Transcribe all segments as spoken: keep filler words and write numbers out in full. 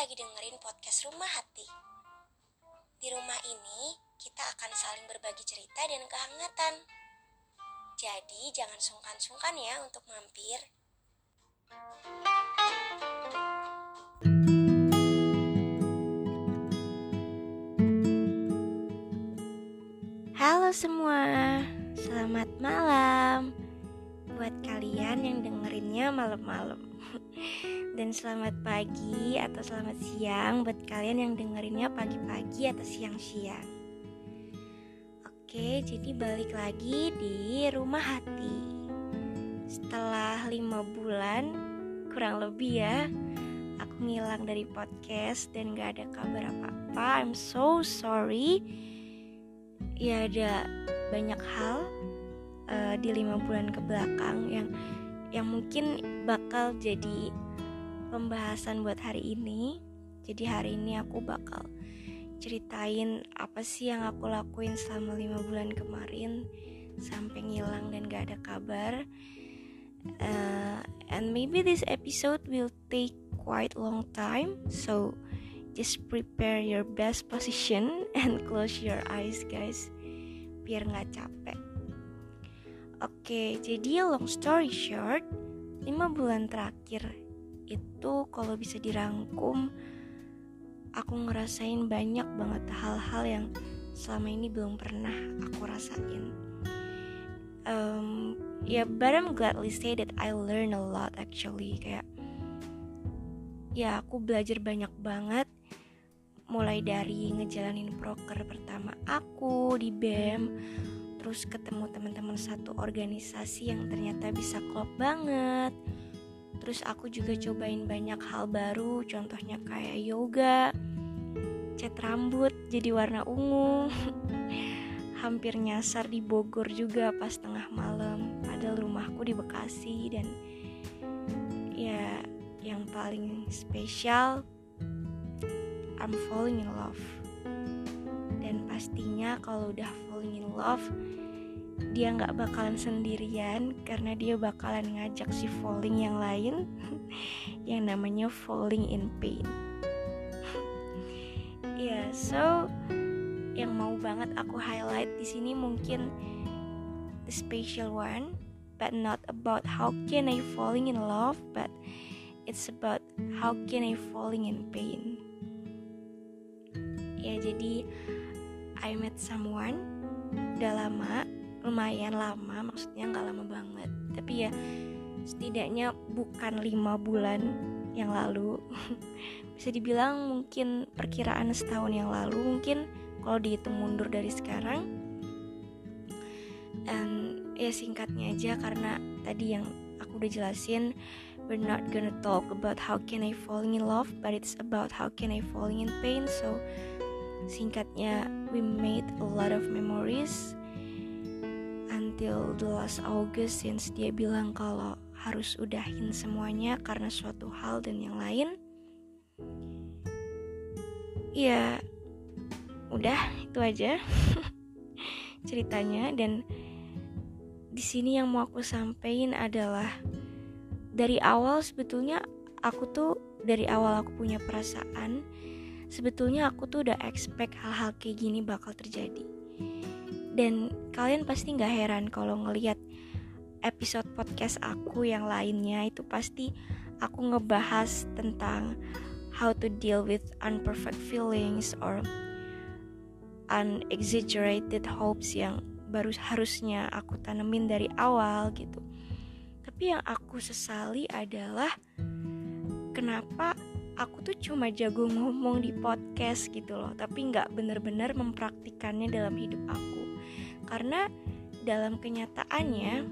lagi dengerin podcast Rumah Hati. Di rumah ini, kita akan saling berbagi cerita dan kehangatan. Jadi, jangan sungkan-sungkan ya untuk mampir. Halo semua, selamat malam buat kalian yang dengerinnya malam-malam. Dan selamat pagi atau selamat siang buat kalian yang dengerinnya pagi-pagi atau siang-siang. Oke, jadi balik lagi di Rumah Hati. Setelah lima bulan, kurang lebih ya, aku ngilang dari podcast dan gak ada kabar apa-apa. I'm so sorry. Ya ada banyak hal uh, di lima bulan kebelakang yang yang mungkin bakal jadi pembahasan buat hari ini. Jadi hari ini aku bakal ceritain apa sih yang aku lakuin selama lima bulan kemarin sampai ngilang dan gak ada kabar. Uh, and maybe this episode will take quite long time, so just prepare your best position and close your eyes guys, biar gak capek. Oke, jadi long story short, lima bulan terakhir itu kalau bisa dirangkum, aku ngerasain banyak banget hal-hal yang selama ini belum pernah aku rasain. Um, ya, yeah, but I'm gladly say that I learn a lot actually. Kayak, ya aku belajar banyak banget. Mulai dari ngejalanin proker pertama aku di B E M, terus ketemu teman-teman satu organisasi yang ternyata bisa klop banget. Terus aku juga cobain banyak hal baru, contohnya kayak yoga, cat rambut jadi warna ungu. Hampir nyasar di Bogor juga pas tengah malam, padahal rumahku di Bekasi. Dan ya yang paling spesial, I'm falling in love. Dan pastinya kalau udah falling in love, dia gak bakalan sendirian, karena dia bakalan ngajak si falling yang lain yang namanya falling in pain. Ya, yeah, so yang mau banget aku highlight di sini mungkin the special one, but not about how can I falling in love, but it's about how can I falling in pain. Ya, jadi I met someone udah lama, lumayan lama, maksudnya gak lama banget, tapi ya setidaknya bukan lima bulan yang lalu. Bisa dibilang mungkin perkiraan setahun yang lalu, mungkin kalau dihitung mundur dari sekarang. And ya singkatnya aja, karena tadi yang aku udah jelasin, we're not gonna talk about how can I falling in love, but it's about how can I falling in pain. So singkatnya, we made a lot of memories until the last August, since dia bilang kalau harus udahin semuanya karena suatu hal dan yang lain. Ya udah, itu aja ceritanya. Dan di sini yang mau aku sampaikan adalah, dari awal sebetulnya aku tuh dari awal aku punya perasaan, sebetulnya aku tuh udah expect hal-hal kayak gini bakal terjadi. Dan kalian pasti gak heran kalau ngelihat episode podcast aku yang lainnya, itu pasti aku ngebahas tentang how to deal with imperfect feelings or unexaggerated hopes yang baru harusnya aku tanemin dari awal gitu. Tapi yang aku sesali adalah kenapa aku tuh cuma jago ngomong di podcast gitu loh, tapi gak bener-bener mempraktikannya dalam hidup aku. Karena dalam kenyataannya,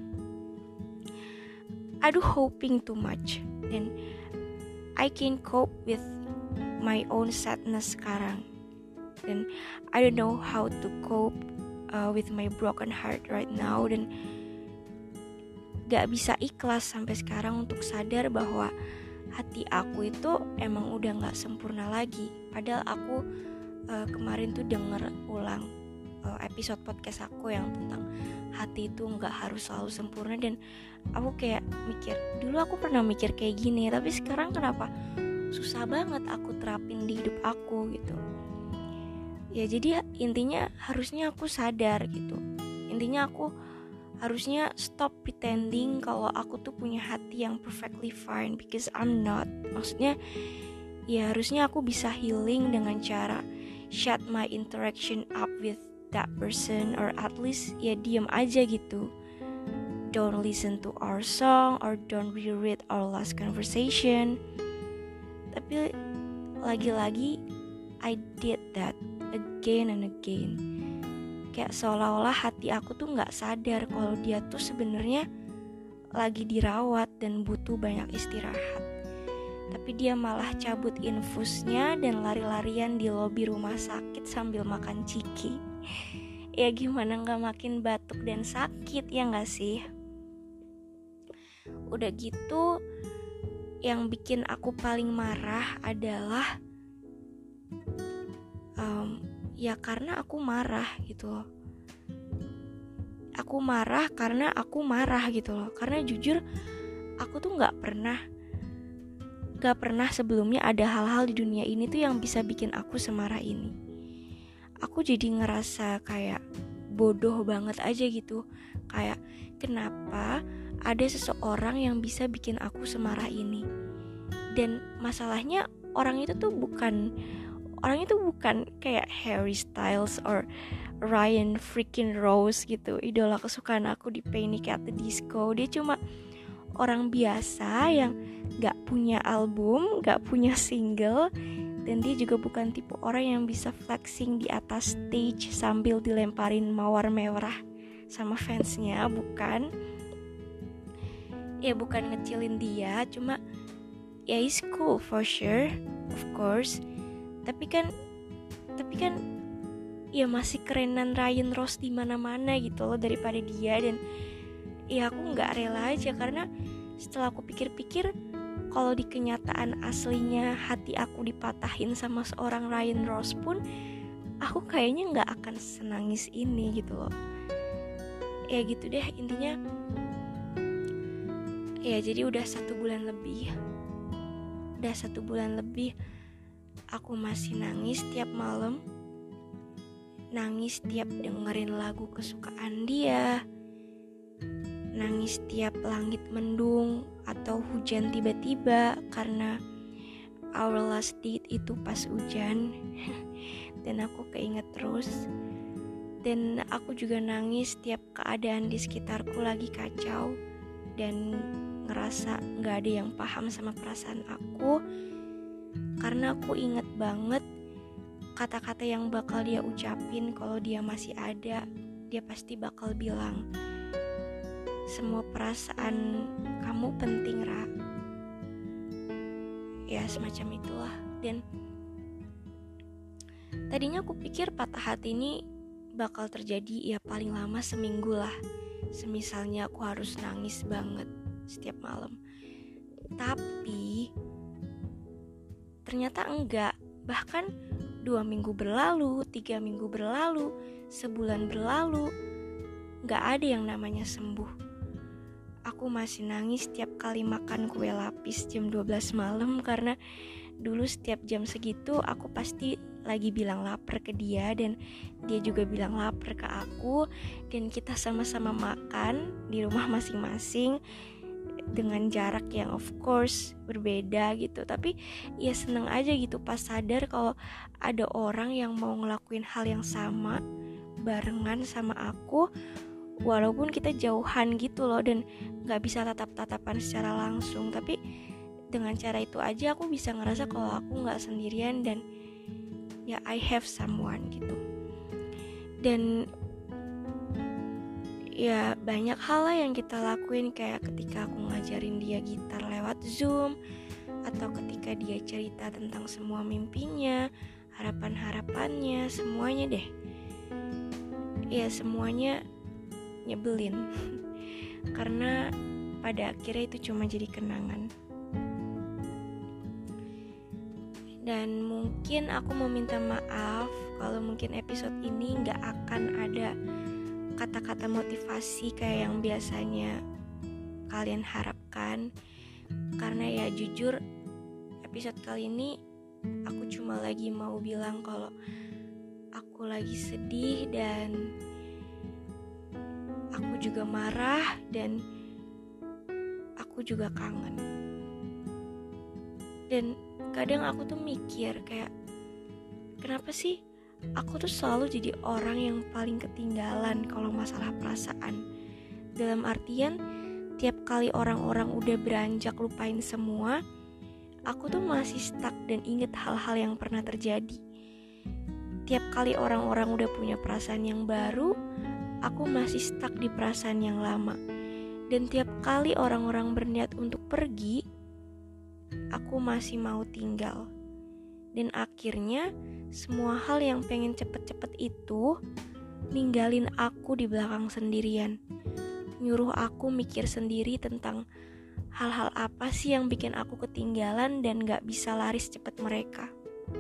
I do hoping too much, dan I can cope with my own sadness sekarang. Dan I don't know how to cope uh, with my broken heart right now. Dan gak bisa ikhlas sampai sekarang untuk sadar bahwa hati aku itu emang udah gak sempurna lagi. Padahal aku uh, kemarin tuh denger ulang uh, episode podcast aku yang tentang hati itu gak harus selalu sempurna. Dan aku kayak mikir, dulu aku pernah mikir kayak gini, tapi sekarang kenapa susah banget aku terapin di hidup aku gitu. Ya jadi intinya harusnya aku sadar gitu. Intinya aku harusnya stop pretending kalau aku tuh punya hati yang perfectly fine, because I'm not. Maksudnya ya harusnya aku bisa healing dengan cara shut my interaction up with that person, or at least ya diam aja gitu. Don't listen to our song or don't reread our last conversation. Tapi lagi-lagi I did that again and again. Kayak seolah-olah hati aku tuh gak sadar kalau dia tuh sebenarnya lagi dirawat dan butuh banyak istirahat. Tapi dia malah cabut infusnya dan lari-larian di lobi rumah sakit sambil makan ciki. Ya gimana gak makin batuk dan sakit, ya gak sih? Udah gitu, yang bikin aku paling marah adalah um, ya karena aku marah gitu loh. Aku marah karena aku marah gitu loh. Karena jujur aku tuh gak pernah Gak pernah sebelumnya ada hal-hal di dunia ini tuh yang bisa bikin aku semarah ini. Aku jadi ngerasa kayak bodoh banget aja gitu. Kayak kenapa ada seseorang yang bisa bikin aku semarah ini. Dan masalahnya orang itu tuh bukan Orang itu bukan kayak Harry Styles or Ryan freaking Rose gitu, idola kesukaan aku di Panic at the Disco. Dia cuma orang biasa yang gak punya album, gak punya single. Dan dia juga bukan tipe orang yang bisa flexing di atas stage sambil dilemparin mawar merah sama fansnya, bukan. Ya bukan ngecilin dia, cuma ya he's cool for sure, of course. Tapi kan, tapi kan ya masih kerenan Ryan Rose di mana-mana gitu loh daripada dia. Dan ya aku nggak rela aja, karena setelah aku pikir-pikir, kalau di kenyataan aslinya hati aku dipatahin sama seorang Ryan Rose pun, aku kayaknya nggak akan senangis ini gitu loh. Ya gitu deh intinya. Ya jadi udah satu bulan lebih, udah satu bulan lebih. Aku masih nangis tiap malam, nangis tiap dengerin lagu kesukaan dia, nangis tiap langit mendung atau hujan tiba-tiba karena our last date itu pas hujan. Dan aku keinget terus. Dan aku juga nangis tiap keadaan di sekitarku lagi kacau dan ngerasa gak ada yang paham sama perasaan aku. Karena aku inget banget kata-kata yang bakal dia ucapin kalau dia masih ada. Dia pasti bakal bilang, semua perasaan kamu penting, Ra. Ya semacam itulah. Dan tadinya aku pikir patah hati ini bakal terjadi ya paling lama seminggu lah. Semisalnya aku harus nangis banget setiap malam. Tapi ternyata enggak. Bahkan dua minggu berlalu, tiga minggu berlalu, sebulan berlalu, gak ada yang namanya sembuh. Aku masih nangis setiap kali makan kue lapis jam dua belas malam. Karena dulu setiap jam segitu aku pasti lagi bilang lapar ke dia, dan dia juga bilang lapar ke aku. Dan kita sama-sama makan di rumah masing-masing dengan jarak yang of course berbeda gitu. Tapi ya seneng aja gitu pas sadar kalau ada orang yang mau ngelakuin hal yang sama barengan sama aku, walaupun kita jauhan gitu loh dan gak bisa tatap-tatapan secara langsung. Tapi dengan cara itu aja aku bisa ngerasa kalau aku gak sendirian dan ya I have someone gitu. Dan ya banyak hal lah yang kita lakuin, kayak ketika aku ngajarin dia gitar lewat Zoom, atau ketika dia cerita tentang semua mimpinya, harapan-harapannya, semuanya deh. Ya semuanya nyebelin. Karena pada akhirnya itu cuma jadi kenangan. Dan mungkin aku mau minta maaf kalau mungkin episode ini gak akan ada kata-kata motivasi kayak yang biasanya kalian harapkan. Karena ya jujur episode kali ini aku cuma lagi mau bilang kalau aku lagi sedih dan aku juga marah dan aku juga kangen. Dan kadang aku tuh mikir kayak, kenapa sih aku tuh selalu jadi orang yang paling ketinggalan kalau masalah perasaan. Dalam artian, tiap kali orang-orang udah beranjak lupain semua, aku tuh masih stuck dan inget hal-hal yang pernah terjadi. Tiap kali orang-orang udah punya perasaan yang baru, aku masih stuck di perasaan yang lama. Dan tiap kali orang-orang berniat untuk pergi, aku masih mau tinggal. Dan akhirnya, semua hal yang pengen cepet-cepet itu ninggalin aku di belakang sendirian. Nyuruh aku mikir sendiri tentang hal-hal apa sih yang bikin aku ketinggalan dan gak bisa lari secepat mereka.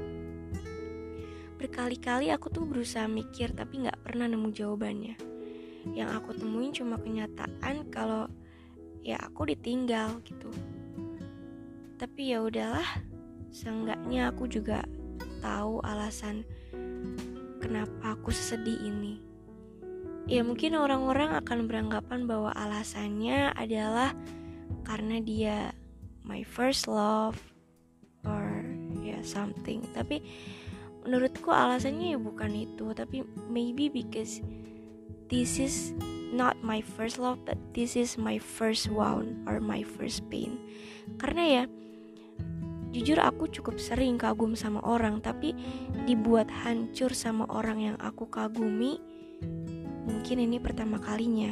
Berkali-kali aku tuh berusaha mikir tapi gak pernah nemu jawabannya. Yang aku temuin cuma kenyataan kalau ya aku ditinggal gitu. Tapi ya udahlah, seenggaknya aku juga tahu alasan kenapa aku sesedih ini. Ya mungkin orang-orang akan beranggapan bahwa alasannya adalah karena dia my first love or ya yeah, something. Tapi menurutku alasannya ya bukan itu, tapi maybe because this is not my first love, but this is my first wound or my first pain. Karena ya jujur aku cukup sering kagum sama orang, tapi dibuat hancur sama orang yang aku kagumi mungkin ini pertama kalinya.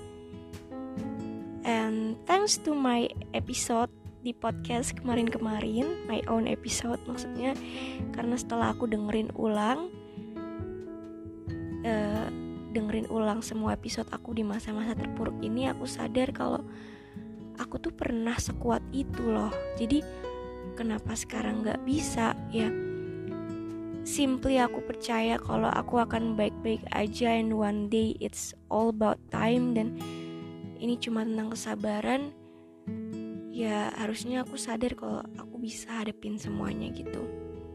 And thanks to my episode di podcast kemarin-kemarin, my own episode maksudnya, karena setelah aku dengerin ulang uh, dengerin ulang semua episode aku di masa-masa terpuruk ini, aku sadar kalau aku tuh pernah sekuat itu loh. Jadi kenapa sekarang gak bisa ya? Simply aku percaya kalau aku akan baik-baik aja, and one day it's all about time. Dan ini cuma tentang kesabaran. Ya harusnya aku sadar kalau aku bisa hadapin semuanya gitu.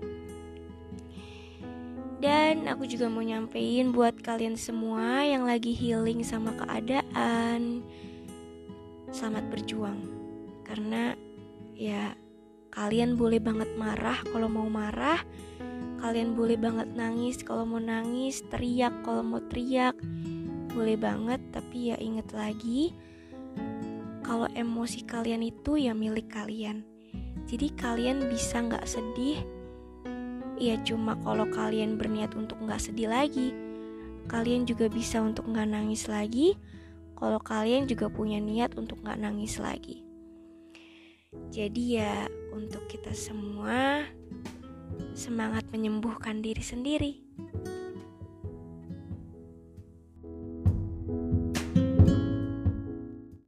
Dan aku juga mau nyampein buat kalian semua yang lagi healing sama keadaan, selamat berjuang. Karena ya kalian boleh banget marah kalau mau marah, kalian boleh banget nangis kalau mau nangis, teriak kalau mau teriak, boleh banget. Tapi ya inget lagi, kalau emosi kalian itu ya milik kalian. Jadi kalian bisa gak sedih ya cuma kalau kalian berniat untuk gak sedih lagi. Kalian juga bisa untuk gak nangis lagi kalau kalian juga punya niat untuk gak nangis lagi. Jadi ya untuk kita semua, semangat menyembuhkan diri sendiri.